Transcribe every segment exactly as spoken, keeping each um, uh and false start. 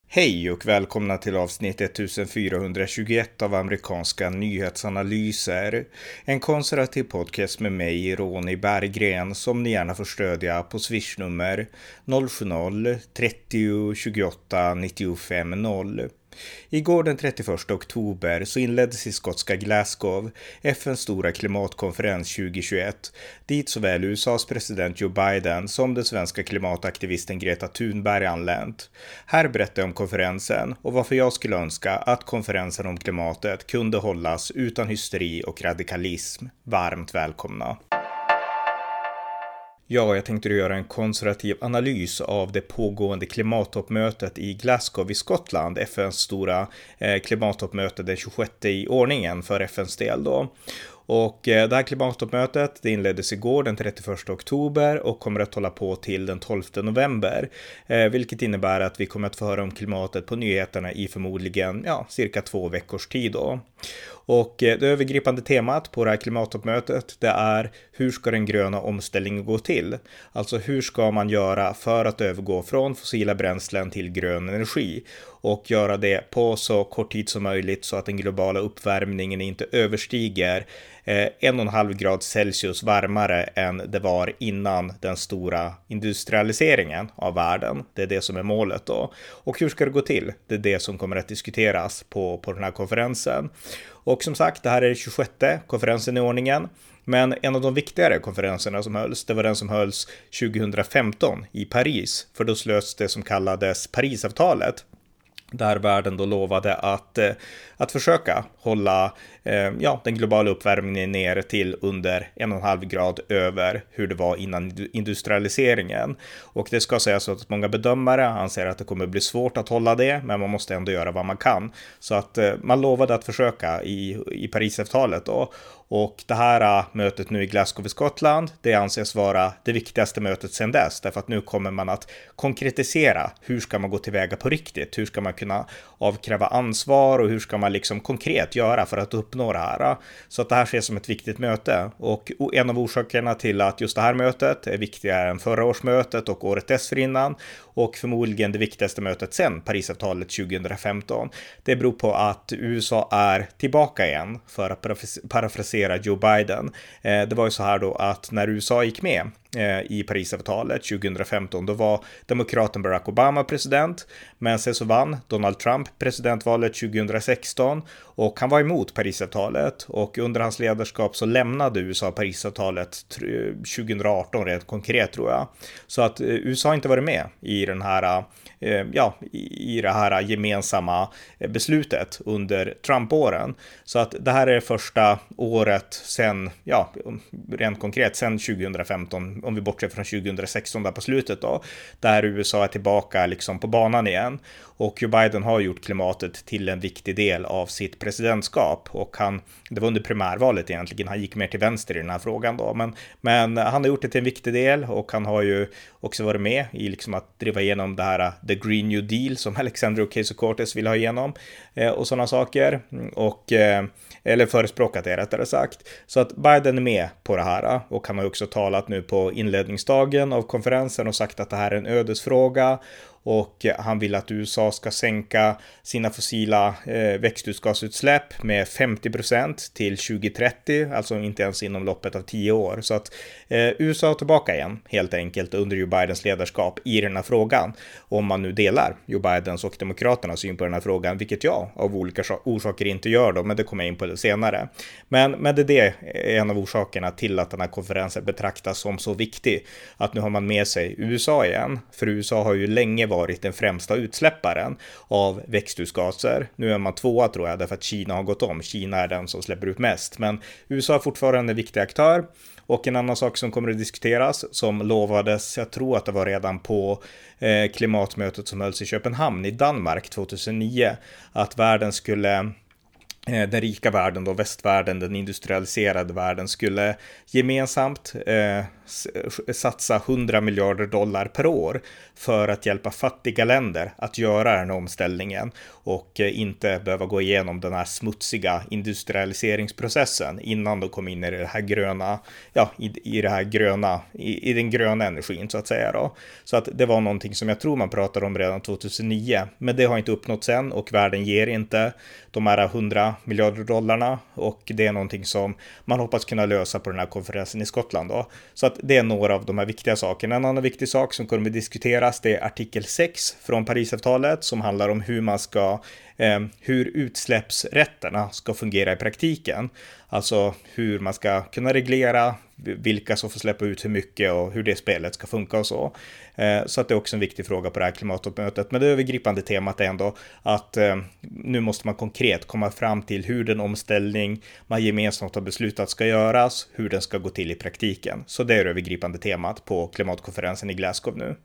Hej och välkomna till avsnitt fjortonhundratjugoett av amerikanska nyhetsanalyser. En konservativ podcast med mig, Ronny Berggren, som ni gärna får stödja på swishnummer noll sju noll, trettio, tjugoåtta, nittiofem noll. Igår den trettioförsta oktober så inleddes i skotska Glasgow F N:s stora klimatkonferens tjugohundratjugoett, dit såväl U S A:s president Joe Biden som den svenska klimataktivisten Greta Thunberg anlänt. Här berättar jag om konferensen och varför jag skulle önska att konferensen om klimatet kunde hållas utan hysteri och radikalism. Varmt välkomna! Ja, jag tänkte göra en konservativ analys av det pågående klimattoppmötet i Glasgow i Skottland, F N:s stora eh, klimattoppmöte, den tjugosjätte i ordningen för F N:s del då. Och eh, det här klimattoppmötet det inleddes igår den trettioförsta oktober och kommer att hålla på till den tolfte november. Eh, vilket innebär att vi kommer att få höra om klimatet på nyheterna i förmodligen ja, cirka två veckors tid då. Och det övergripande temat på det här klimattoppmötet det är hur ska den gröna omställningen gå till? Alltså hur ska man göra för att övergå från fossila bränslen till grön energi? Och göra det på så kort tid som möjligt så att den globala uppvärmningen inte överstiger eh, en och en halv grad Celsius varmare än det var innan den stora industrialiseringen av världen. Det är det som är målet då. Och hur ska det gå till? Det är det som kommer att diskuteras på, på den här konferensen. Och som sagt, det här är tjugosjätte konferensen i ordningen. Men en av de viktigare konferenserna som hölls, det var den som hölls tjugohundrafemton i Paris. För då slöts det som kallades Parisavtalet. Där världen då lovade att, att försöka hålla eh, ja, den globala uppvärmningen ner till under en och en halv grad över hur det var innan industrialiseringen. Och det ska sägas att många bedömare anser att det kommer bli svårt att hålla det, men man måste ändå göra vad man kan. Så att eh, man lovade att försöka i, i Parisavtalet då. Och det här mötet nu i Glasgow i Skottland, det anses vara det viktigaste mötet sedan dess. Därför att nu kommer man att konkretisera hur ska man gå tillväga på riktigt. Hur ska man kunna avkräva ansvar och hur ska man liksom konkret göra för att uppnå det här. Så att det här ses som ett viktigt möte. Och en av orsakerna till att just det här mötet är viktigare än förra årsmötet och året dessförinnan. Och förmodligen det viktigaste mötet sedan Parisavtalet tjugohundrafemton. Det beror på att U S A är tillbaka igen, för att parafrasera Joe Biden. Det var ju så här då att när U S A gick med i Parisavtalet tjugohundrafemton, då var demokraten Barack Obama president, men sen så vann Donald Trump presidentvalet tjugohundrasexton och han var emot Parisavtalet, och under hans ledarskap så lämnade U S A Parisavtalet tjugohundraarton rent konkret tror jag. Så att U S A inte varit med i den här ja, i det här gemensamma beslutet under Trump-åren. Så att det här är första året sen, ja, rent konkret sen tjugohundrafemton, om vi bortser från tjugohundrasexton där på slutet då, där U S A är tillbaka liksom på banan igen. Och Joe Biden har gjort klimatet till en viktig del av sitt presidentskap, och han, det var under primärvalet egentligen, han gick mer till vänster i den här frågan då, men, men han har gjort det till en viktig del, och han har ju också varit med i liksom att driva igenom det här The Green New Deal som Alexandria Ocasio-Cortez vill ha igenom eh, och sådana saker, och eh, eller förespråkat det rättare sagt. Så att Biden är med på det här, och han har också talat nu på inledningsdagen av konferensen och sagt att det här är en ödesfråga. Och han vill att U S A ska sänka sina fossila eh, växthusgasutsläpp med femtio procent till tjugohundratrettio, alltså inte ens inom loppet av tio år. Så att eh, U S A är tillbaka igen helt enkelt under Joe Bidens ledarskap i den här frågan. Om man nu delar Joe Bidens och demokraternas syn på den här frågan, vilket jag av olika orsaker inte gör då, men det kommer jag in på det senare. Men, men det, det är en av orsakerna till att den här konferensen betraktas som så viktig. Att nu har man med sig U S A igen, för U S A har ju länge varit den främsta utsläpparen av växthusgaser. Nu är man tvåa tror jag, därför att Kina har gått om. Kina är den som släpper ut mest, men U S A är fortfarande en viktig aktör. Och en annan sak som kommer att diskuteras, som lovades, jag tror att det var redan på eh, klimatmötet som hölls i Köpenhamn i Danmark tjugohundranio, att världen skulle den rika världen då, västvärlden, den industrialiserade världen skulle gemensamt eh, satsa hundra miljarder dollar per år för att hjälpa fattiga länder att göra den omställningen och eh, inte behöva gå igenom den här smutsiga industrialiseringsprocessen innan de kom in i det här gröna, ja, i, i det här gröna, i, i den gröna energin så att säga då. Så att det var någonting som jag tror man pratade om redan tjugohundranio, men det har inte uppnåtts än och världen ger inte de här hundra miljarder dollarna och det är någonting som man hoppas kunna lösa på den här konferensen i Skottland då. Så att det är några av de här viktiga sakerna. En annan viktig sak som kommer att diskuteras, det är artikel sex från Parisavtalet som handlar om hur man ska eh, hur utsläppsrätterna ska fungera i praktiken. Alltså hur man ska kunna reglera vilka som får släppa ut hur mycket och hur det spelet ska funka och så. Eh, så att det är också en viktig fråga på det här klimattoppmötet. Men det övergripande temat är ändå att eh, nu måste man konkret komma fram till hur den omställning man gemensamt har beslutat ska göras, hur den ska gå till i praktiken. Så det är det övergripande temat på klimatkonferensen i Glasgow nu.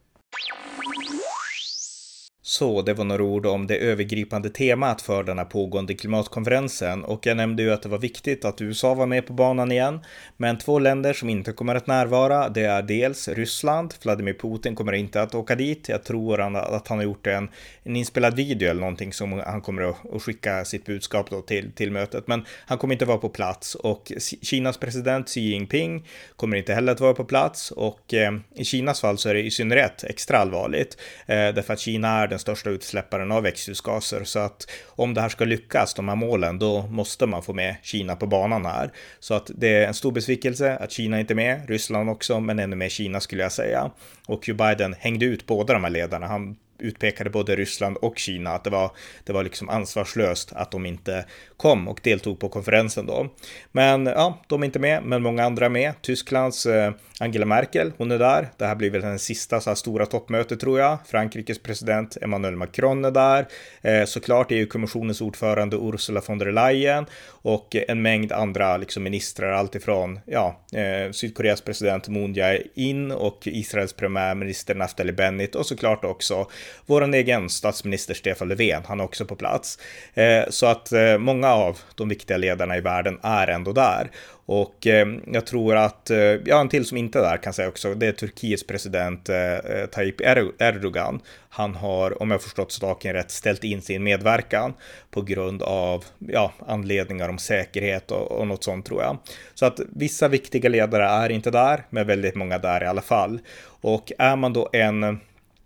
Så det var några ord om det övergripande temat för den här pågående klimatkonferensen och jag nämnde ju att det var viktigt att U S A var med på banan igen, men två länder som inte kommer att närvara, det är dels Ryssland. Vladimir Putin kommer inte att åka dit. Jag tror att han har gjort en, en inspelad video eller någonting som han kommer att, att skicka sitt budskap då till, till mötet, men han kommer inte vara på plats och Kinas president Xi Jinping kommer inte heller att vara på plats och eh, i Kinas fall så är det i synnerhet extra allvarligt eh, därför att Kina är den största utsläpparen av växthusgaser, så att om det här ska lyckas, de här målen, då måste man få med Kina på banan här. Så att det är en stor besvikelse att Kina inte är med, Ryssland också, men ännu mer Kina skulle jag säga. Och Joe Biden hängde ut båda de här ledarna. Han utpekade både Ryssland och Kina att det var, det var liksom ansvarslöst att de inte kom och deltog på konferensen då. Men ja, de är inte med, men många andra är med. Tysklands eh, Angela Merkel, hon är där. Det här blir väl den sista så här stora toppmötet tror jag. Frankrikes president Emmanuel Macron är där. Eh, såklart E U-kommissionens ordförande Ursula von der Leyen och en mängd andra liksom, ministrar, alltifrån ja, eh, Sydkoreas president Moon Jae-in och Israels premiärminister Naftali Bennett och såklart också vår egen statsminister Stefan Löfven, han är också på plats. Eh, så att eh, många av de viktiga ledarna i världen är ändå där. Och eh, jag tror att, eh, ja en till som inte är där kan säga också, det är Turkiets president eh, Tayyip Erdogan. Han har, om jag förstått saken rätt, ställt in sin medverkan på grund av ja, anledningar om säkerhet och, och något sånt tror jag. Så att vissa viktiga ledare är inte där, men väldigt många där i alla fall. Och är man då en...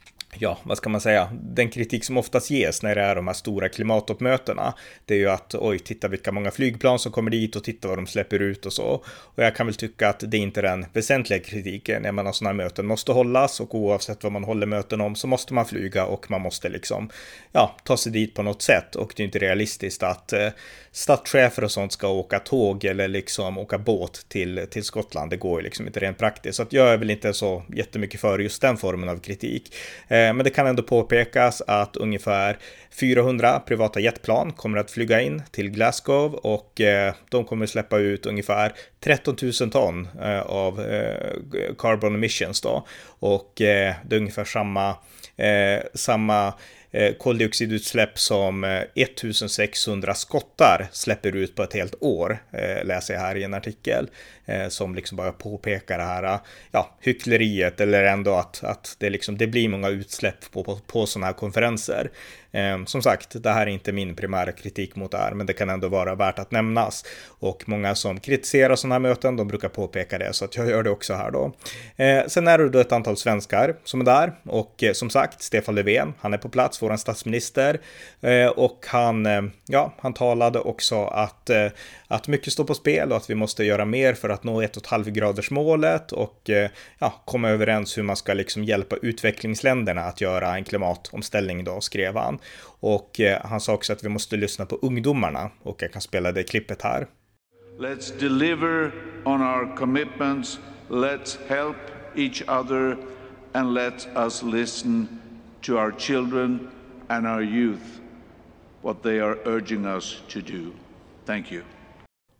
Ja, vad ska man säga? Den kritik som oftast ges när det är de här stora klimattoppmötena, det är ju att oj, titta vilka många flygplan som kommer dit och titta vad de släpper ut och så. Och jag kan väl tycka att det är inte den väsentliga kritiken. Jag menar, sådana här möten måste hållas och oavsett vad man håller möten om så måste man flyga och man måste liksom, ja, ta sig dit på något sätt. Och det är inte realistiskt att eh, statschefer och sånt ska åka tåg eller liksom åka båt till, till Skottland. Det går ju liksom inte rent praktiskt. Så att jag är väl inte så jättemycket för just den formen av kritik. Eh, Men det kan ändå påpekas att ungefär fyrahundra privata jetplan kommer att flyga in till Glasgow och eh, de kommer att släppa ut ungefär tretton tusen ton eh, av eh, carbon emissions då. Och eh, det är ungefär samma, eh, samma eh, koldioxidutsläpp som eh, ettusensexhundra skottar släpper ut på ett helt år, eh, läser jag här i en artikel eh, som liksom bara påpekar det här ja, hyckleriet eller ändå att, att det, liksom, det blir många utsläpp på, på, på sådana här konferenser. Eh, som sagt, det här är inte min primära kritik mot det här, men det kan ändå vara värt att nämnas. Och många som kritiserar sådana här möten, de brukar påpeka det, så att jag gör det också här då. Eh, sen är det då ett antal svenskar som är där och eh, som sagt, Stefan Löfven, han är på plats, vår statsminister, eh, och han, eh, ja, han talade också att, eh, att mycket står på spel och att vi måste göra mer för att nå ett och ett halvt graders målet och eh, ja, komma överens hur man ska liksom hjälpa utvecklingsländerna att göra en klimatomställning då, skrev han. Och eh, han sa också att vi måste lyssna på ungdomarna och jag kan spela det klippet här. Let's deliver on our commitments, let's help each other and let us listen to our children and our youth, what they are urging us to do. Thank you.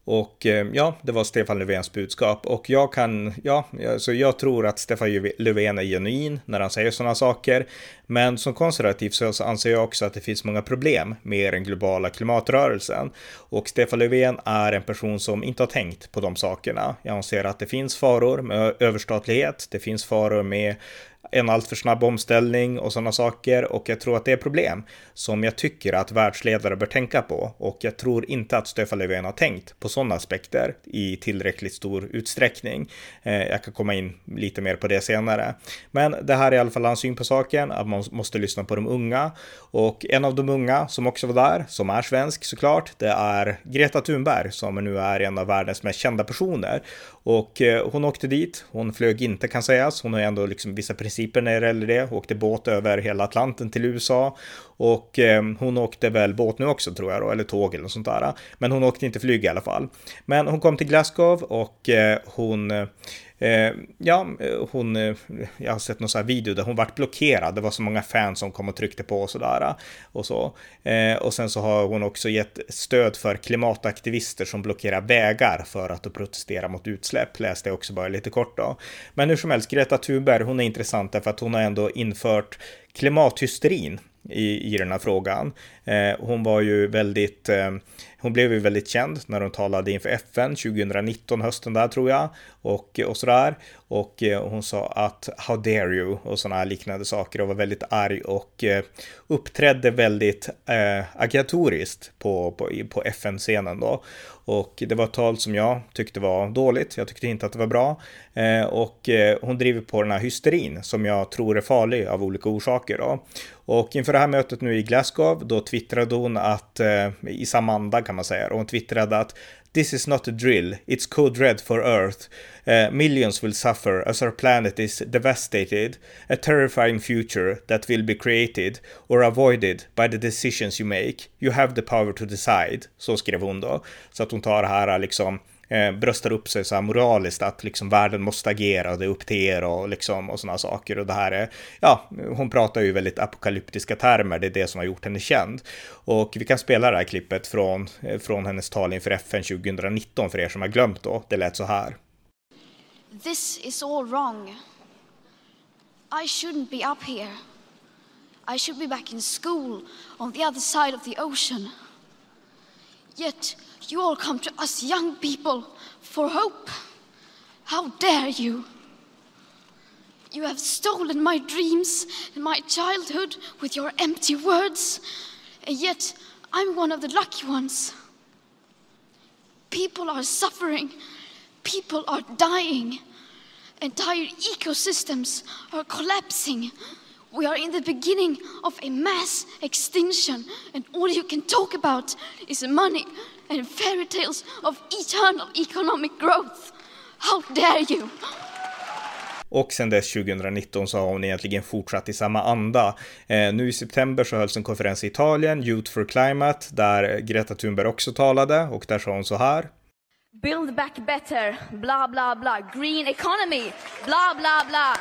Och ja, det var Stefan Löfvens budskap. Och jag kan, ja, alltså jag tror att Stefan Löfven är genuin när han säger sådana saker. Men som konservativ så anser jag också att det finns många problem med den globala klimatrörelsen. Och Stefan Löfven är en person som inte har tänkt på de sakerna. Jag anser att det finns faror med överstatlighet. Det finns faror med en allt för snabb omställning och sådana saker, och jag tror att det är problem som jag tycker att världsledare bör tänka på, och jag tror inte att Stefan Löfven har tänkt på sådana aspekter i tillräckligt stor utsträckning. Jag kan komma in lite mer på det senare, men det här är i alla fall hans syn på saken, att man måste lyssna på de unga, och en av de unga som också var där, som är svensk såklart, det är Greta Thunberg, som nu är en av världens mest kända personer, och hon åkte dit, hon flög inte kan sägas, hon har ändå liksom vissa principer när det gäller det, åkte båt över hela Atlanten till U S A, och eh, hon åkte väl båt nu också tror jag då, eller tåg eller sånt där, men hon åkte inte flyg i alla fall. Men hon kom till Glasgow och eh, hon eh, ja, hon eh, jag har sett någon sån här video där hon vart blockerad, det var så många fans som kom och tryckte på och sådär och så, eh, och sen så har hon också gett stöd för klimataktivister som blockerar vägar för att protestera mot utsläpp, läste jag också bara lite kort då. Men hur som helst, Greta Thunberg, hon är intressant därför att hon har ändå infört klimathysterin i, i den här frågan. Eh, hon var ju väldigt, eh, hon blev ju väldigt känd när hon talade inför F N tjugonitton, hösten där tror jag, och, och sådär. Och eh, hon sa att how dare you och sådana här liknande saker, och var väldigt arg och eh, uppträdde väldigt eh, agitatoriskt på, på, på F N-scenen då. Och det var ett tal som jag tyckte var dåligt. Jag tyckte inte att det var bra. Eh, och eh, hon driver på den här hysterin som jag tror är farlig av olika orsaker då. Och inför det här mötet nu i Glasgow, då twittrade hon att, eh, i samma anda kan man säga, och hon twittrade att "This is not a drill, it's code red for Earth. Uh, millions will suffer as our planet is devastated. A terrifying future that will be created or avoided by the decisions you make. You have the power to decide." Så skrev hon då. Så att hon tar det här liksom, eh, bröstar upp sig så här moraliskt att liksom världen måste agera och det är upp till er och liksom och sådana saker. Och det här är, ja, hon pratar ju väldigt apokalyptiska termer, det är det som har gjort henne känd. Och vi kan spela det här klippet från, från hennes tal inför F N tjugonitton för er som har glömt då. Det lät så här. This is all wrong. I shouldn't be up here. I should be back in school on the other side of the ocean. Yet you all come to us young people for hope. How dare you? You have stolen my dreams and my childhood with your empty words. And yet I'm one of the lucky ones. People are suffering. People are dying. Entire ecosystems are collapsing. We are in the beginning of a mass extinction, and all you can talk about is money and fairy tales of eternal economic growth. How dare you? Och sen dess tjugonitton så har hon egentligen fortsatt i samma anda. Eh, nu i september så hölls en konferens i Italien, Youth for Climate, där Greta Thunberg också talade, och där sa hon så här. Build back better, blah blah blah. Green economy, blah blah blah.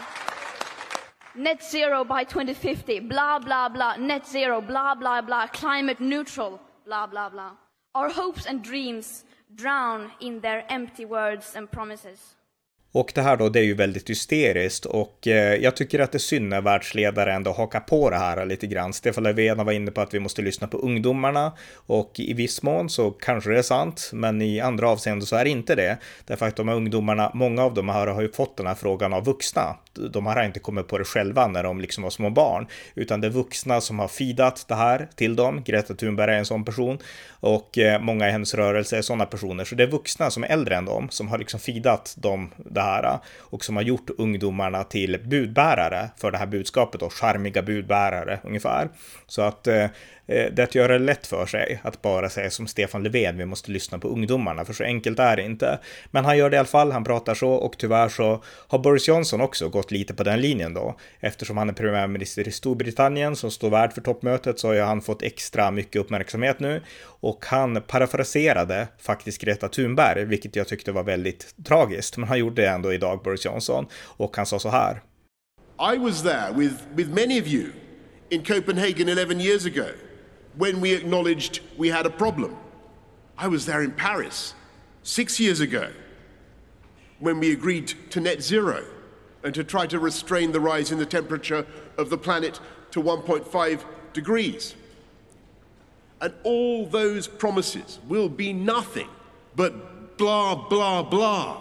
Net zero by twenty fifty, blah blah blah. Net zero, blah blah blah. Climate neutral, blah blah blah. Our hopes and dreams drown in their empty words and promises. Och det här då, det är ju väldigt hysteriskt, och eh, jag tycker att det är synd när världsledare ändå hakar på det här lite grann. Stefan Löfven var inne på att vi måste lyssna på ungdomarna, och i viss mån så kanske det är sant, men i andra avseenden så är det inte det. Därför att de här ungdomarna, många av dem har, har ju fått den här frågan av vuxna. De har inte kommit på det själva när de liksom var små barn, utan det är vuxna som har fidat det här till dem. Greta Thunberg är en sån person, och eh, många i hennes rörelse är sådana personer. Så det är vuxna som är äldre än dem som har liksom fidat dem det här, och som har gjort ungdomarna till budbärare för det här budskapet, och charmiga budbärare ungefär. Så att eh, det att göra det lätt för sig att bara säga som Stefan Löfven, vi måste lyssna på ungdomarna, för så enkelt är det inte. Men han gör det i alla fall, han pratar så, och tyvärr så har Boris Johnson också gått lite på den linjen då. Eftersom han är premiärminister i Storbritannien som står värd för toppmötet, så har han fått extra mycket uppmärksamhet nu, och han parafraserade faktiskt Greta Thunberg, vilket jag tyckte var väldigt tragiskt, men han gjorde det ändå idag, Boris Johnson, och han sa så här. I was there with, with many of you in Copenhagen eleven years ago when we acknowledged we had a problem. I was there in Paris Six years ago, when we agreed to net zero and to try to restrain the rise in the temperature of the planet to one point five degrees. And all those promises will be nothing but blah, blah, blah,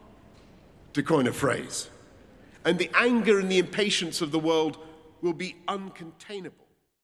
to coin a phrase. And the anger and the impatience of the world will be uncontainable.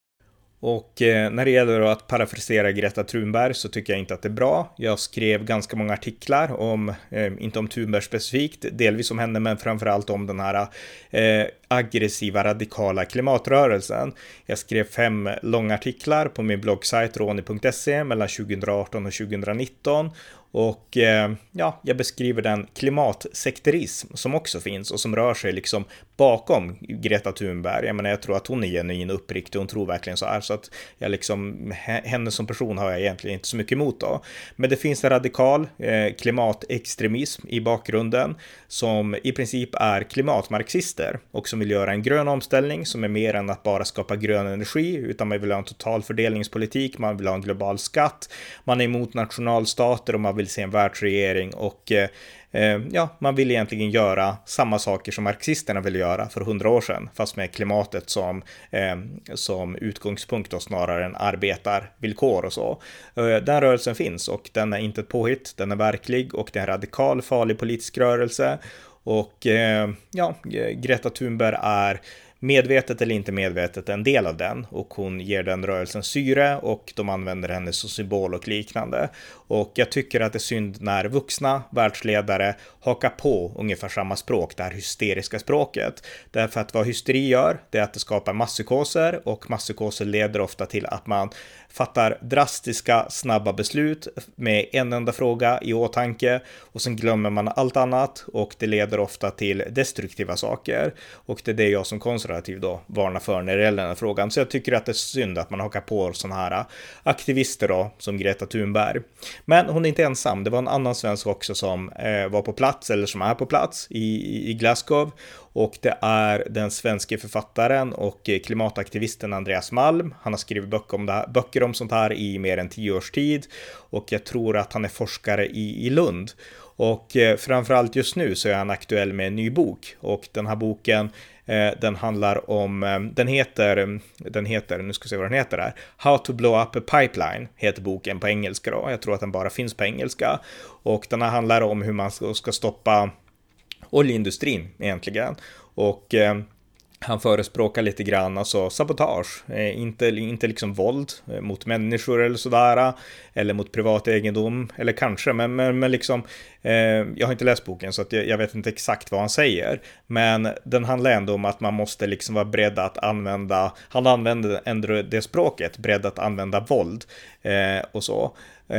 Och eh, när det gäller att parafrasera Greta Thunberg så tycker jag inte att det är bra. Jag skrev ganska många artiklar om, eh, inte om Thunberg specifikt, delvis om henne men framförallt om den här eh, aggressiva radikala klimatrörelsen. Jag skrev fem långa artiklar på min bloggsajt roni punkt se mellan tjugoarton och tjugonitton. Och eh, ja, jag beskriver den klimatsekterism som också finns och som rör sig liksom bakom Greta Thunberg. Jag menar, jag tror att hon är genuin och uppriktig, hon tror verkligen så här, så att jag liksom, henne som person har jag egentligen inte så mycket emot då. Men det finns en radikal eh, klimatextremism i bakgrunden som i princip är klimatmarxister och som vill göra en grön omställning som är mer än att bara skapa grön energi, utan man vill ha en total fördelningspolitik, man vill ha en global skatt, man är emot nationalstater och man vill se en världsregering och eh, ja, man vill egentligen göra samma saker som marxisterna ville göra för hundra år sedan, fast med klimatet som, eh, som utgångspunkt och snarare än arbetarvillkor och så. Eh, den rörelsen finns och den är inte ett påhitt, den är verklig och det är en radikal, farlig politisk rörelse och eh, ja, Greta Thunberg är medvetet eller inte medvetet en del av den och hon ger den rörelsen syre och de använder henne som symbol och liknande. Och jag tycker att det är synd när vuxna världsledare hakar på ungefär samma språk, det här hysteriska språket. Därför att vad hysteri gör, det är att det skapar masspsykoser och masspsykoser leder ofta till att man fattar drastiska, snabba beslut med en enda fråga i åtanke och sen glömmer man allt annat och det leder ofta till destruktiva saker och det är det jag som konservativ då varnar för när det gäller den här frågan. Så jag tycker att det är synd att man hakar på sådana här aktivister då, som Greta Thunberg. Men hon är inte ensam, det var en annan svensk också som eh, var på plats eller som är på plats i, i Glasgow. Och det är den svenska författaren och klimataktivisten Andreas Malm. Han har skrivit böcker om, det här, böcker om sånt här i mer än tio års tid. Och jag tror att han är forskare i, i Lund. Och eh, framförallt just nu så är han aktuell med en ny bok. Och den här boken, eh, den handlar om, eh, den heter, den heter, nu ska vi se vad den heter här. How to blow up a pipeline heter boken på engelska då. Jag tror att den bara finns på engelska. Och den här handlar om hur man ska, ska stoppa oljeindustrin egentligen och eh, han förespråkar lite grann alltså sabotage, eh, inte, inte liksom våld eh, mot människor eller sådär eller mot privat egendom eller kanske men, men, men liksom eh, jag har inte läst boken så att jag, jag vet inte exakt vad han säger men den handlar ändå om att man måste liksom vara beredd att använda, han använder ändå det språket, beredd att använda våld eh, och så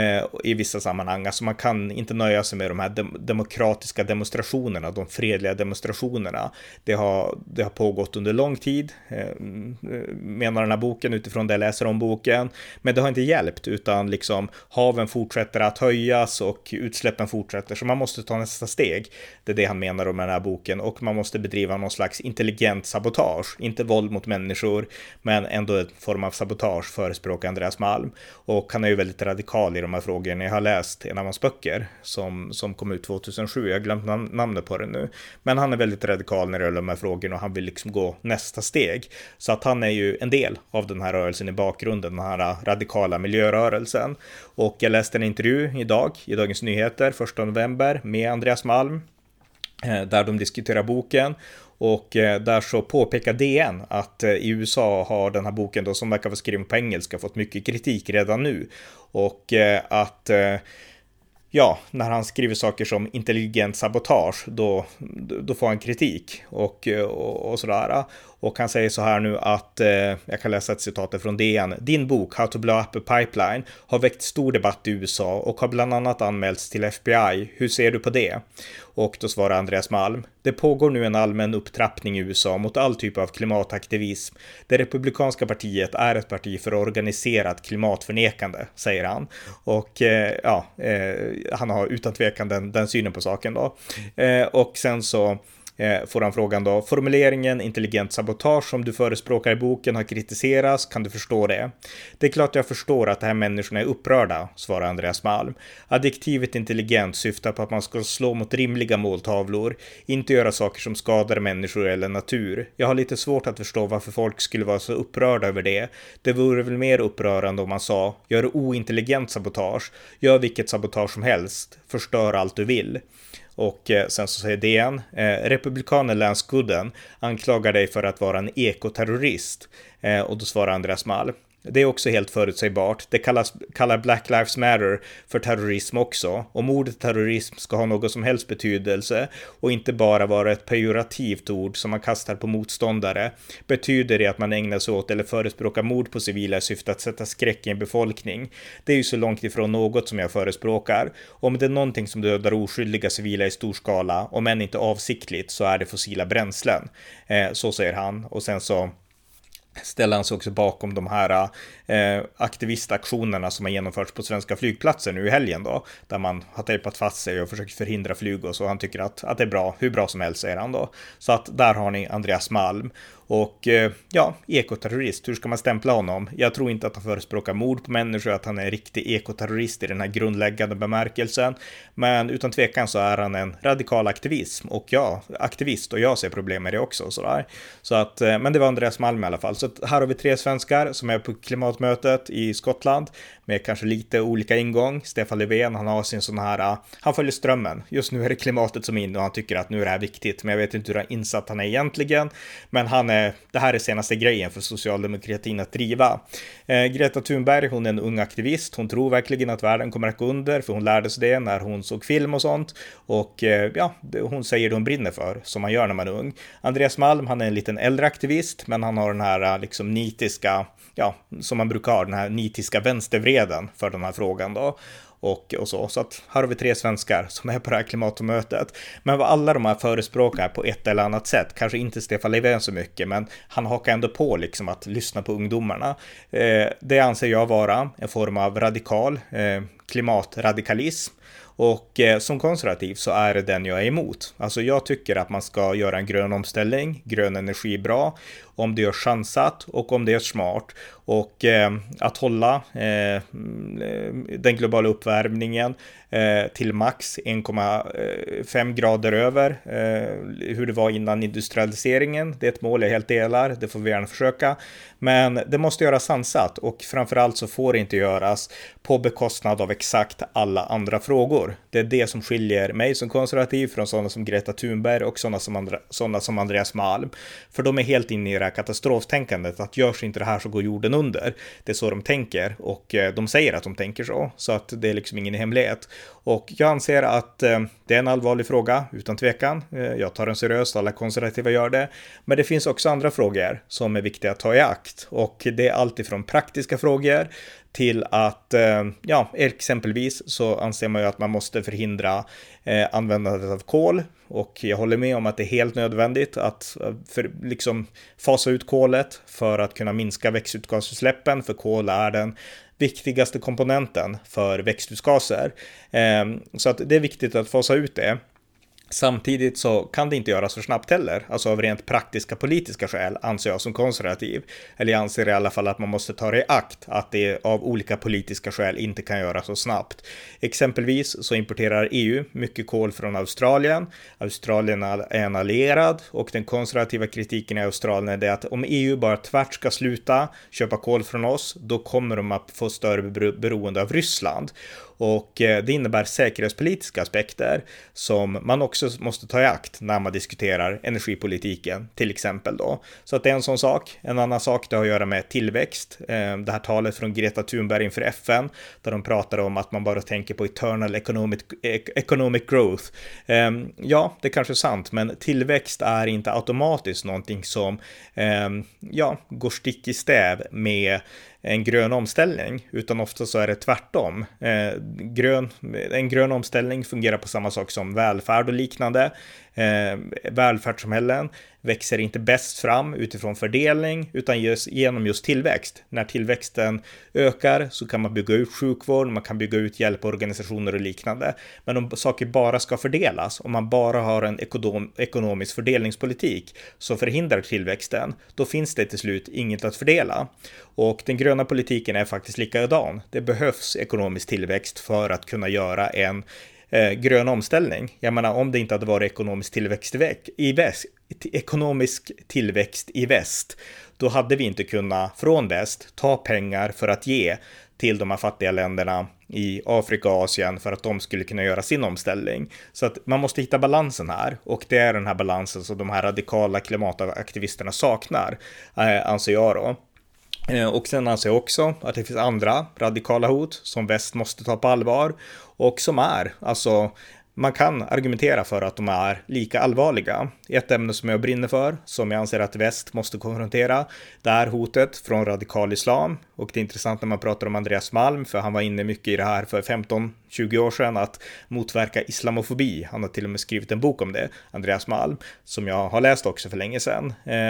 i vissa sammanhang. Alltså man kan inte nöja sig med de här dem- demokratiska demonstrationerna, de fredliga demonstrationerna. Det har, det har pågått under lång tid, eh, menar den här boken utifrån det jag läser om boken. Men det har inte hjälpt utan liksom haven fortsätter att höjas och utsläppen fortsätter. Så man måste ta nästa steg. Det är det han menar om den här boken. Och man måste bedriva någon slags intelligent sabotage. Inte våld mot människor, men ändå en form av sabotage förespråkar Andreas Malm. Och han är ju väldigt radikal i de här frågorna. Jag har läst en av hans böcker som, som kom ut tjugohundrasju. Jag har glömt nam- namnet på det nu. Men han är väldigt radikal när det gäller de här frågorna och han vill liksom gå nästa steg. Så att han är ju en del av den här rörelsen i bakgrunden, den här radikala miljörörelsen. Och jag läste en intervju idag i Dagens Nyheter första november med Andreas Malm där de diskuterar boken. Och där så påpekar D N att i U S A har den här boken då, som verkar vara skriven på engelska, fått mycket kritik redan nu. Och att ja, när han skriver saker som intelligent sabotage då, då får han kritik och, och, och sådär. Och han säger så här nu att, eh, jag kan läsa ett citat från D N. Din bok How to blow up a pipeline har väckt stor debatt i U S A och har bland annat anmälts till F B I. Hur ser du på det? Och då svarar Andreas Malm. Det pågår nu en allmän upptrappning i U S A mot all typ av klimataktivism. Det republikanska partiet är ett parti för organiserat klimatförnekande, säger han. Och eh, ja, eh, han har utan tvekan den, den synen på saken då. Eh, och sen så eh, får han frågan då. Formuleringen intelligent sabotage som du förespråkar i boken har kritiserats. Kan du förstå det? Det är klart jag förstår att de här människorna är upprörda, svarar Andreas Malm. Adjektivet intelligent syftar på att man ska slå mot rimliga måltavlor, inte göra saker som skadar människor eller natur. Jag har lite svårt att förstå varför folk skulle vara så upprörda över det. Det vore väl mer upprörande om man sa, gör ointelligent sabotage, gör vilket sabotage som helst, förstör allt du vill. Och eh, sen så säger D N, eh, republikanen Lance Gooden anklagar dig för att vara en ekoterrorist. Eh, och då svarar Andreas Malm. Det är också helt förutsägbart. Det kallas, kallar Black Lives Matter för terrorism också. Om ordet terrorism ska ha någon som helst betydelse och inte bara vara ett pejorativt ord som man kastar på motståndare, betyder det att man ägnar sig åt eller förespråkar mord på civila i syfte att sätta skräck i en befolkning. Det är ju så långt ifrån något som jag förespråkar. Om det är någonting som dödar oskyldiga civila i stor skala, om än inte avsiktligt, så är det fossila bränslen. Eh, så säger han. Och sen så ställer han sig också bakom de här eh, aktivistaktionerna som har genomförts på svenska flygplatser nu i helgen då, där man har tejpat fast sig och försökt förhindra flyg och så. Han tycker att, att det är bra, hur bra som helst, säger han då. Så att där har ni Andreas Malm. Och eh, ja, ekoterrorist, hur ska man stämpla honom? Jag tror inte att han förespråkar mord på människor, att han är en riktig ekoterrorist i den här grundläggande bemärkelsen. Men utan tvekan så är han en radikal aktivism. Och ja, aktivist, och jag ser problem med det också. Sådär. Så att, eh, men det var Andreas Malm i alla fall. Så att här har vi tre svenskar som är på klimatmötet i Skottland med kanske lite olika ingång. Stefan Löfven, han har sin sån här, han följer strömmen. Just nu är det klimatet som är in och han tycker att nu är det här viktigt. Men jag vet inte hur insatt han är egentligen. Men han är, det här är senaste grejen för socialdemokratin att driva. Eh, Greta Thunberg, hon är en ung aktivist. Hon tror verkligen att världen kommer att gå under, för hon lärde sig det när hon såg film och sånt. Och eh, ja, hon säger det hon brinner för, som man gör när man är ung. Andreas Malm, han är en liten äldre aktivist, men han har den här liksom nitiska, ja, som man brukar ha, den här nitiska vänstervreden för den här frågan då. Och, och så. Så att här har vi tre svenskar som är på det här klimatmötet. Men vad alla de här förespråkar på ett eller annat sätt, kanske inte Stefan Löfven så mycket, men han hakar ändå på liksom att lyssna på ungdomarna. Eh, det anser jag vara en form av radikal eh, klimatradikalism. Och eh, som konservativ så är det den jag är emot. Alltså jag tycker att man ska göra en grön omställning, grön energi bra, om det görs chansat och om det är smart. Och eh, att hålla eh, den globala uppvärmningen eh, till max en komma fem grader över eh, hur det var innan industrialiseringen. Det är ett mål jag helt delar, det får vi gärna försöka. Men det måste göras sansat, och framförallt så får det inte göras på bekostnad av exakt alla andra frågor. Det är det som skiljer mig som konservativ från sådana som Greta Thunberg och sådana som, andra, sådana som Andreas Malm. För de är helt inne i det här katastroftänkandet, att görs inte det här så går jorden under. Det är så de tänker, och de säger att de tänker så. Så att det är liksom ingen hemlighet. Och jag anser att eh, det är en allvarlig fråga, utan tvekan. Eh, jag tar den seriöst, alla konservativa gör det. Men det finns också andra frågor som är viktiga att ta i akt. Och det är allt ifrån praktiska frågor till att, eh, ja, exempelvis så anser man ju att man måste förhindra eh, användandet av kol. Och jag håller med om att det är helt nödvändigt att för, liksom fasa ut kolet för att kunna minska växthusgasutsläppen, för kol är den viktigaste komponenten för växthusgaser. Eh, så att det är viktigt att fasa ut det. Samtidigt så kan det inte göras för snabbt heller, alltså av rent praktiska politiska skäl, anser jag som konservativ. Eller jag anser i alla fall att man måste ta det i akt, att det av olika politiska skäl inte kan göras så snabbt. Exempelvis så importerar E U mycket kol från Australien. Australien är en allierad, och den konservativa kritiken i Australien är det att om E U bara tvärt ska sluta köpa kol från oss, då kommer de att få större beroende av Ryssland. Och det innebär säkerhetspolitiska aspekter som man också måste ta i akt när man diskuterar energipolitiken till exempel då. Så att det är en sån sak. En annan sak det har att göra med tillväxt. Det här talet från Greta Thunberg inför F N där de pratar om att man bara tänker på eternal economic, economic growth. Ja, det är kanske är sant, men tillväxt är inte automatiskt någonting som ja, går stick i stäv med en grön omställning, utan ofta så är det tvärtom. Eh, grön, en grön omställning fungerar på samma sak som välfärd och liknande. Eh, välfärdssamhällen växer inte bäst fram utifrån fördelning utan just genom just tillväxt. När tillväxten ökar så kan man bygga ut sjukvård, man kan bygga ut hjälporganisationer och liknande. Men om saker bara ska fördelas, om man bara har en ekonom- ekonomisk fördelningspolitik som förhindrar tillväxten, då finns det till slut inget att fördela. Och den gröna politiken är faktiskt likadan. Det behövs ekonomisk tillväxt för att kunna göra en eh, grön omställning. Jag menar, om det inte hade varit ekonomisk tillväxt i väst, ekonomisk tillväxt i väst, då hade vi inte kunnat från väst ta pengar för att ge till de här fattiga länderna i Afrika och Asien för att de skulle kunna göra sin omställning. Så att man måste hitta balansen här, och det är den här balansen som de här radikala klimataktivisterna saknar, eh, anser jag då. Och sen anser jag också att det finns andra radikala hot som väst måste ta på allvar och som är, alltså man kan argumentera för att de är lika allvarliga. Ett ämne som jag brinner för, som jag anser att väst måste konfrontera, det är hotet från radikal islam. Och det är intressant när man pratar om Andreas Malm, för han var inne mycket i det här för femton tjugo år sedan, att motverka islamofobi. Han har till och med skrivit en bok om det, Andreas Malm, som jag har läst också för länge sedan.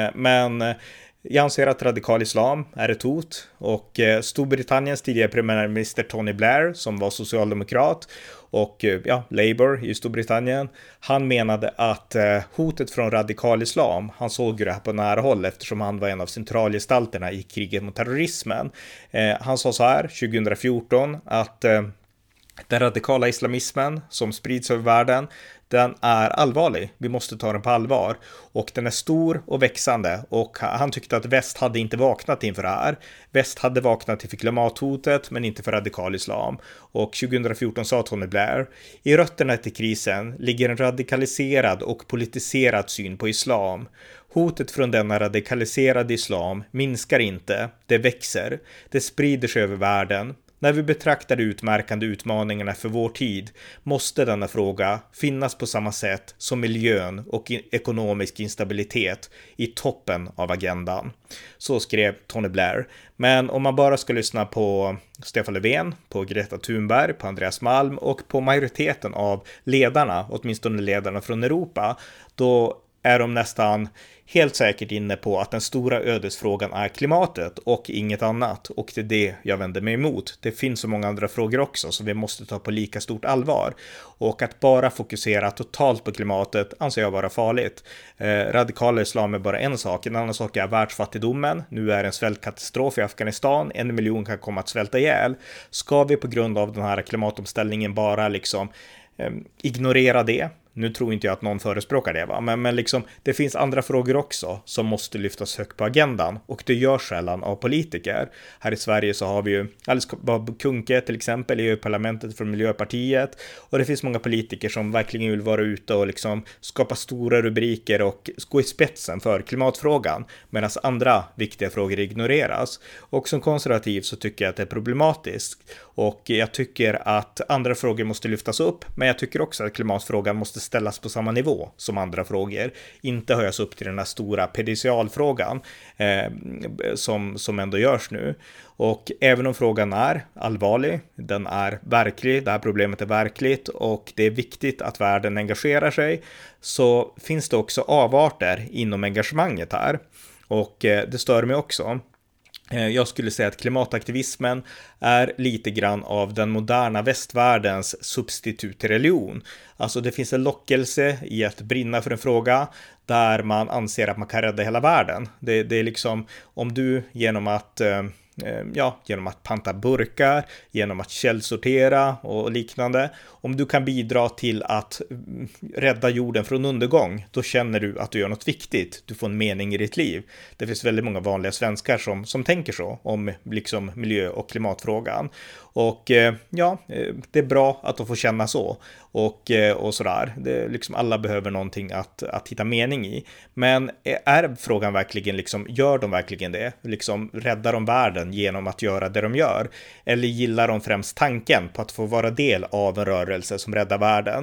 Men jag anser att radikal islam är ett hot, och Storbritanniens tidigare premiärminister Tony Blair, som var socialdemokrat och ja, Labour i Storbritannien, han menade att hotet från radikal islam, han såg det här på nära håll eftersom han var en av centralgestalterna i kriget mot terrorismen. Han sa så här tjugo fjorton att den radikala islamismen som sprids över världen, den är allvarlig. Vi måste ta den på allvar. Och den är stor och växande. Och han tyckte att väst hade inte vaknat inför det här. Väst hade vaknat inför klimathotet, men inte för radikal islam. Och tjugo fjorton sa Tony Blair: i rötterna till krisen ligger en radikaliserad och politiserad syn på islam. Hotet från denna radikaliserade islam minskar inte, det växer. Det sprider sig över världen. När vi betraktar de utmärkande utmaningarna för vår tid måste denna fråga finnas på samma sätt som miljön och ekonomisk instabilitet i toppen av agendan. Så skrev Tony Blair. Men om man bara ska lyssna på Stefan Löfven, på Greta Thunberg, på Andreas Malm och på majoriteten av ledarna, åtminstone ledarna från Europa, då är de nästan helt säkert inne på att den stora ödesfrågan är klimatet och inget annat. Och det är det jag vänder mig emot. Det finns så många andra frågor också som vi måste ta på lika stort allvar. Och att bara fokusera totalt på klimatet anser jag vara farligt. Eh, radikal islam är bara en sak. En annan sak är världsfattigdomen. Nu är en svältkatastrof i Afghanistan. En miljon kan komma att svälta ihjäl. Ska vi på grund av den här klimatomställningen bara liksom eh, ignorera det? Nu tror inte jag att någon förespråkar det, va? Men, men liksom, det finns andra frågor också som måste lyftas högt på agendan, och det görs sällan av politiker. Här i Sverige så har vi ju Alice Bah Kuhnke till exempel i parlamentet för Miljöpartiet, och det finns många politiker som verkligen vill vara ute och liksom skapa stora rubriker och gå i spetsen för klimatfrågan, medan andra viktiga frågor ignoreras. Och som konservativ så tycker jag att det är problematiskt, och jag tycker att andra frågor måste lyftas upp, men jag tycker också att klimatfrågan måste ställas på samma nivå som andra frågor, inte höjas upp till den här stora pedicialfrågan eh, som, som ändå görs nu. Och även om frågan är allvarlig, den är verklig, det här problemet är verkligt och det är viktigt att världen engagerar sig, så finns det också avarter inom engagemanget här, och eh, det stör mig också. Jag skulle säga att klimataktivismen är lite grann av den moderna västvärldens substitut till religion. Alltså det finns en lockelse i att brinna för en fråga där man anser att man kan rädda hela världen. Det, det är liksom, om du genom att ja, genom att panta burkar, genom att källsortera och liknande, om du kan bidra till att rädda jorden från undergång, då känner du att du gör något viktigt, du får en mening i ditt liv. Det finns väldigt många vanliga svenskar som, som tänker så om liksom miljö- och klimatfrågan, och ja, det är bra att de får känna så, och, och sådär. Det, liksom, alla behöver någonting att, att hitta mening i, men är frågan verkligen liksom, gör de verkligen det? Liksom, räddar de världen genom att göra det de gör? Eller gillar de främst tanken på att få vara del av en rörelse som räddar världen?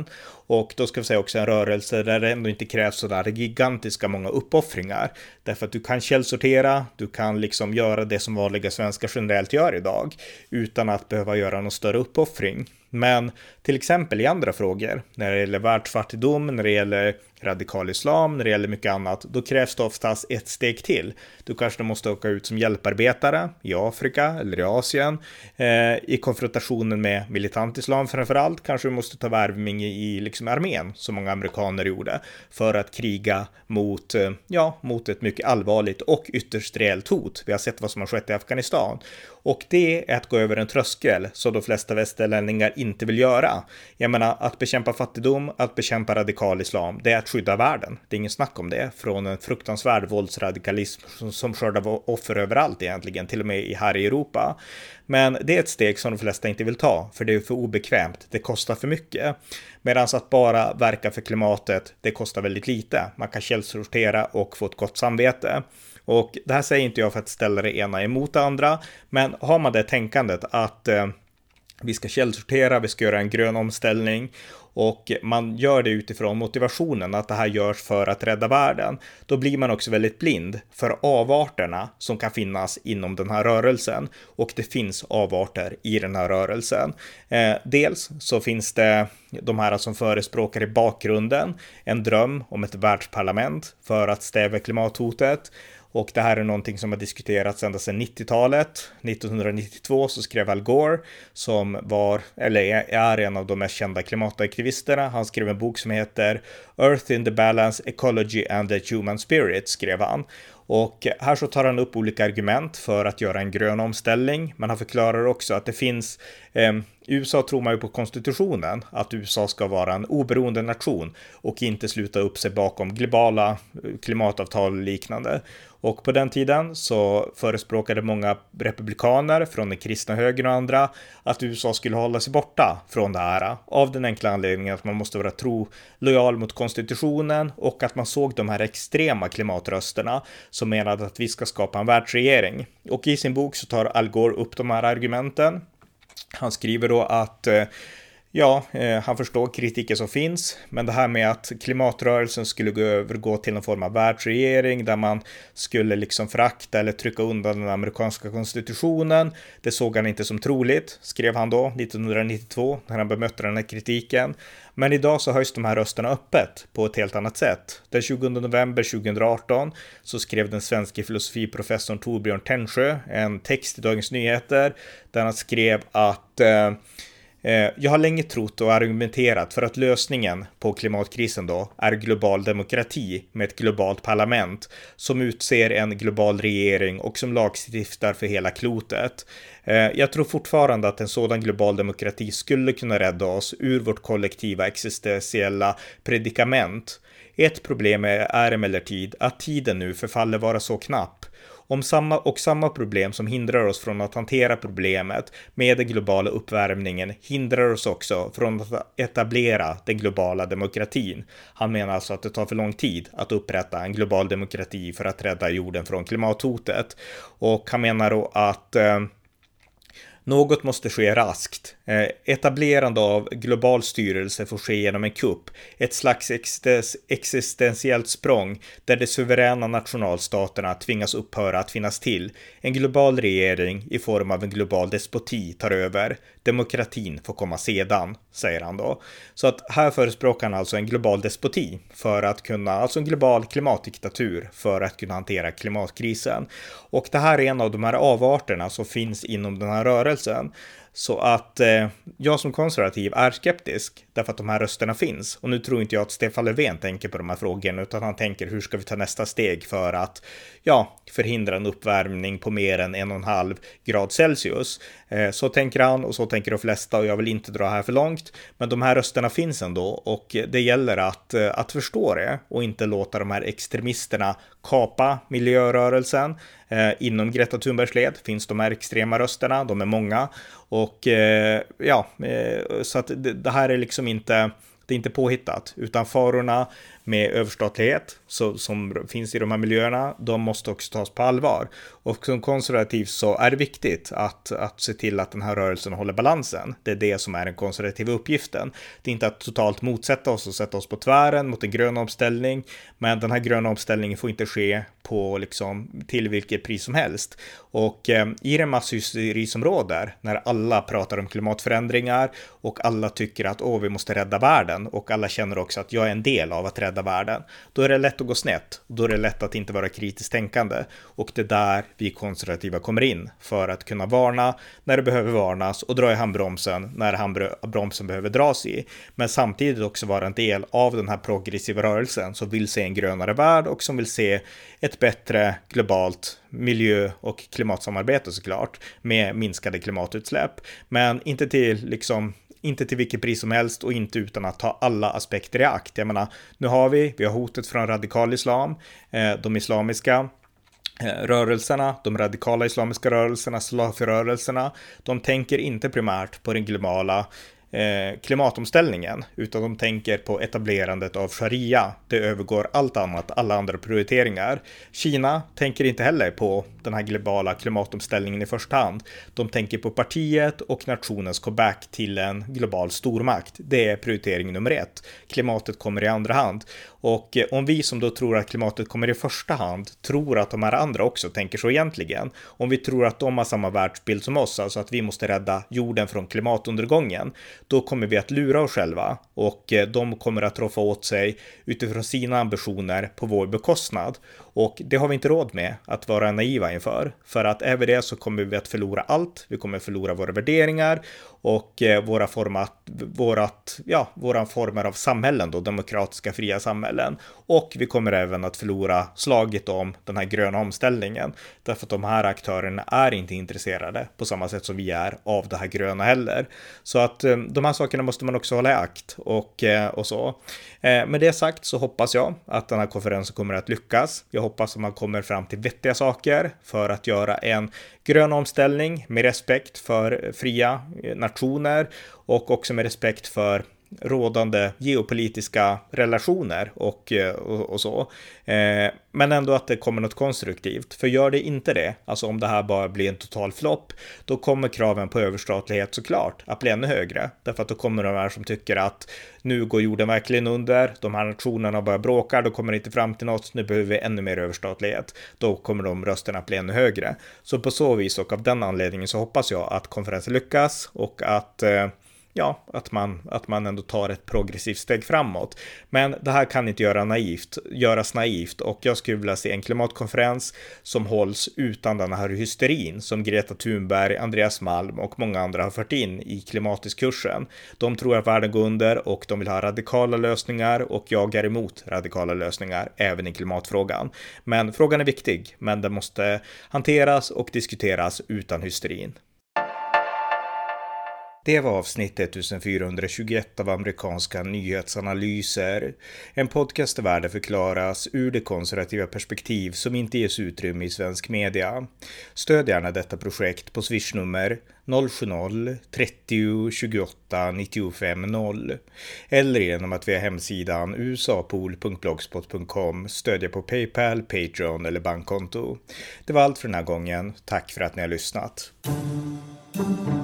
Och då ska vi säga också en rörelse där det ändå inte krävs sådär gigantiska många uppoffringar. Därför att du kan källsortera, du kan liksom göra det som vanliga svenskar generellt gör idag utan att behöva göra någon större uppoffring. Men till exempel i andra frågor, när det gäller världsfattigdom, när det gäller radikal islam, när det gäller mycket annat, då krävs det oftast ett steg till. Du kanske måste åka ut som hjälparbetare i Afrika eller i Asien. Eh, I konfrontationen med militant islam framförallt kanske du måste ta värvning i liksom armén, som många amerikaner gjorde, för att kriga mot, eh, ja, mot ett mycket allvarligt och ytterst reellt hot. Vi har sett vad som har skett i Afghanistan. Och det är att gå över en tröskel som de flesta västerlänningar inte vill göra. Jag menar, att bekämpa fattigdom, att bekämpa radikal islam, det är att skydda världen. Det är ingen snack om det. Från en fruktansvärd våldsradikalism som, som skördar offer överallt egentligen, till och med här i Europa. Men det är ett steg som de flesta inte vill ta, för det är för obekvämt. Det kostar för mycket. Medan att bara verka för klimatet, det kostar väldigt lite. Man kan källsortera och få ett gott samvete. Och det här säger inte jag för att ställa det ena emot det andra, men har man det tänkandet att eh, vi ska källsortera, vi ska göra en grön omställning och man gör det utifrån motivationen att det här görs för att rädda världen, då blir man också väldigt blind för avarterna som kan finnas inom den här rörelsen. Och det finns avarter i den här rörelsen. Eh, dels så finns det de här som förespråkar i bakgrunden en dröm om ett världsparlament för att stävja klimathotet. Och det här är någonting som har diskuterats ända sedan nittiotalet. nittonhundranittiotvå så skrev Al Gore, som var, eller är en av de mest kända klimataktivisterna. Han skrev en bok som heter Earth in the Balance, Ecology and the Human Spirit, skrev han. Och här så tar han upp olika argument för att göra en grön omställning. Men han förklarar också att det finns, eh, i U S A tror man ju på konstitutionen, att U S A ska vara en oberoende nation och inte sluta upp sig bakom globala klimatavtal och liknande. Och på den tiden så förespråkade många republikaner från den kristna högern och andra att U S A skulle hålla sig borta från det här. Av den enkla anledningen att man måste vara tro lojal mot konstitutionen och att man såg de här extrema klimatrösterna som menade att vi ska skapa en världsregering. Och i sin bok så tar Al Gore upp de här argumenten. Han skriver då att ja, eh, han förstår kritiken som finns, men det här med att klimatrörelsen skulle gå övergå till en form av världsregering där man skulle liksom förakta eller trycka undan den amerikanska konstitutionen, det såg han inte som troligt, skrev han då nittonhundranittiotvå när han bemötte den här kritiken. Men idag så höjs de här rösterna öppet på ett helt annat sätt. Den tjugonde november tjugoarton så skrev den svenska filosofiprofessorn Torbjörn Tännsjö en text i Dagens Nyheter där han skrev att eh, jag har länge trott och argumenterat för att lösningen på klimatkrisen då är global demokrati med ett globalt parlament som utser en global regering och som lagstiftar för hela klotet. Jag tror fortfarande att en sådan global demokrati skulle kunna rädda oss ur vårt kollektiva existentiella predikament. Ett problem är emellertid att tiden nu förfaller vara så knapp. Om samma och samma problem som hindrar oss från att hantera problemet med den globala uppvärmningen hindrar oss också från att etablera den globala demokratin. Han menar alltså att det tar för lång tid att upprätta en global demokrati för att rädda jorden från klimathotet. Och han menar då att eh, något måste ske raskt. Eh, etablerande av global styrelse får ske genom en kupp. Ett slags ex- existentiellt språng där de suveräna nationalstaterna tvingas upphöra att finnas till. En global regering i form av en global despoti tar över. Demokratin får komma sedan, säger han då. Så att här förespråkar han alltså en global despoti för att kunna, alltså en global klimatdiktatur för att kunna hantera klimatkrisen. Och det här är en av de här avarterna som finns inom den här rörelsen. Så att eh, jag som konservativ är skeptisk därför att de här rösterna finns. Och nu tror inte jag att Stefan Löfven tänker på de här frågorna utan han tänker hur ska vi ta nästa steg för att ja, förhindra en uppvärmning på mer än en och en halv grad Celsius. Eh, så tänker han och så tänker de flesta och jag vill inte dra här för långt. Men de här rösterna finns ändå och det gäller att, att förstå det och inte låta de här extremisterna kapa miljörörelsen. Eh, inom Greta Thunbergs led finns de här extrema rösterna, de är många. Och eh, ja, eh, så att det, det här är liksom inte, Det är inte påhittat, utan farorna med överstatlighet så, som finns i de här miljöerna, de måste också tas på allvar. Och som konservativ så är det viktigt att, att se till att den här rörelsen håller balansen. Det är det som är den konservativa uppgiften. Det är inte att totalt motsätta oss och sätta oss på tvären mot en grön omställning, men den här gröna omställningen får inte ske på liksom till vilket pris som helst. Och eh, i det masshysteri som råder, när alla pratar om klimatförändringar och alla tycker att åh, vi måste rädda världen, och alla känner också att jag är en del av att rädda världen, då är det lätt att gå snett. Då är det lätt att inte vara kritiskt tänkande, och det är där vi konservativa kommer in för att kunna varna när det behöver varnas och dra i handbromsen när handbromsen behöver dras i, men samtidigt också vara en del av den här progressiva rörelsen som vill se en grönare värld och som vill se ett bättre globalt miljö- och klimatsamarbete, såklart, med minskade klimatutsläpp, men inte till liksom inte till vilket pris som helst och inte utan att ta alla aspekter i akt. Jag menar, nu har vi, vi har hotet från radikal islam, eh, de islamiska rörelserna, de radikala islamiska rörelserna, salafirörelserna, de tänker inte primärt på den globala eh, klimatomställningen, utan de tänker på etablerandet av sharia. Det övergår allt annat, alla andra prioriteringar. Kina tänker inte heller på den här globala klimatomställningen i första hand. De tänker på partiet och nationens comeback till en global stormakt. Det är prioritering nummer ett. Klimatet kommer i andra hand. Och om vi som då tror att klimatet kommer i första hand tror att de här andra också tänker så egentligen, om vi tror att de har samma världsbild som oss, alltså att vi måste rädda jorden från klimatundergången, då kommer vi att lura oss själva, och de kommer att roffa åt sig utifrån sina ambitioner på vår bekostnad. Och det har vi inte råd med att vara naiva inför, för att även det så kommer vi att förlora allt. Vi kommer att förlora våra värderingar och våra format, vårat, ja, våra former av samhällen, då, demokratiska fria samhällen. Och vi kommer även att förlora slaget om den här gröna omställningen, därför att de här aktörerna är inte intresserade på samma sätt som vi är av det här gröna heller. Så att de här sakerna måste man också hålla i akt och, och så. Med det sagt så hoppas jag att den här konferensen kommer att lyckas. Jag hoppas att man kommer fram till vettiga saker för att göra en grön omställning med respekt för fria nationer och också med respekt för rådande geopolitiska relationer och, och, och så. Eh, men ändå att det kommer något konstruktivt. För gör det inte det, alltså om det här bara blir en total flopp, då kommer kraven på överstatlighet såklart att bli ännu högre. Därför att då kommer de här som tycker att nu går jorden verkligen under, de här nationerna bara bråkar, då kommer det inte fram till något, nu behöver vi ännu mer överstatlighet. Då kommer de rösterna att bli ännu högre. Så på så vis och av den anledningen så hoppas jag att konferensen lyckas och att eh, Ja, att man, att man ändå tar ett progressivt steg framåt. Men det här kan inte göra naivt, göras naivt, och jag skulle vilja se en klimatkonferens som hålls utan den här hysterin som Greta Thunberg, Andreas Malm och många andra har fört in i klimatdiskursen. De tror att världen går under och de vill ha radikala lösningar, och jag är emot radikala lösningar även i klimatfrågan. Men frågan är viktig, men den måste hanteras och diskuteras utan hysterin. Det var avsnitt fjortonhundratjugoett av amerikanska nyhetsanalyser. En podcast där världen förklaras ur det konservativa perspektiv som inte ges utrymme i svensk media. Stöd gärna detta projekt på swishnummer noll sju noll trettio tjugoåtta nittiofem noll eller genom att via hemsidan usapool punkt blogspot punkt com stödja på PayPal, Patreon eller bankkonto. Det var allt för den här gången. Tack för att ni har lyssnat.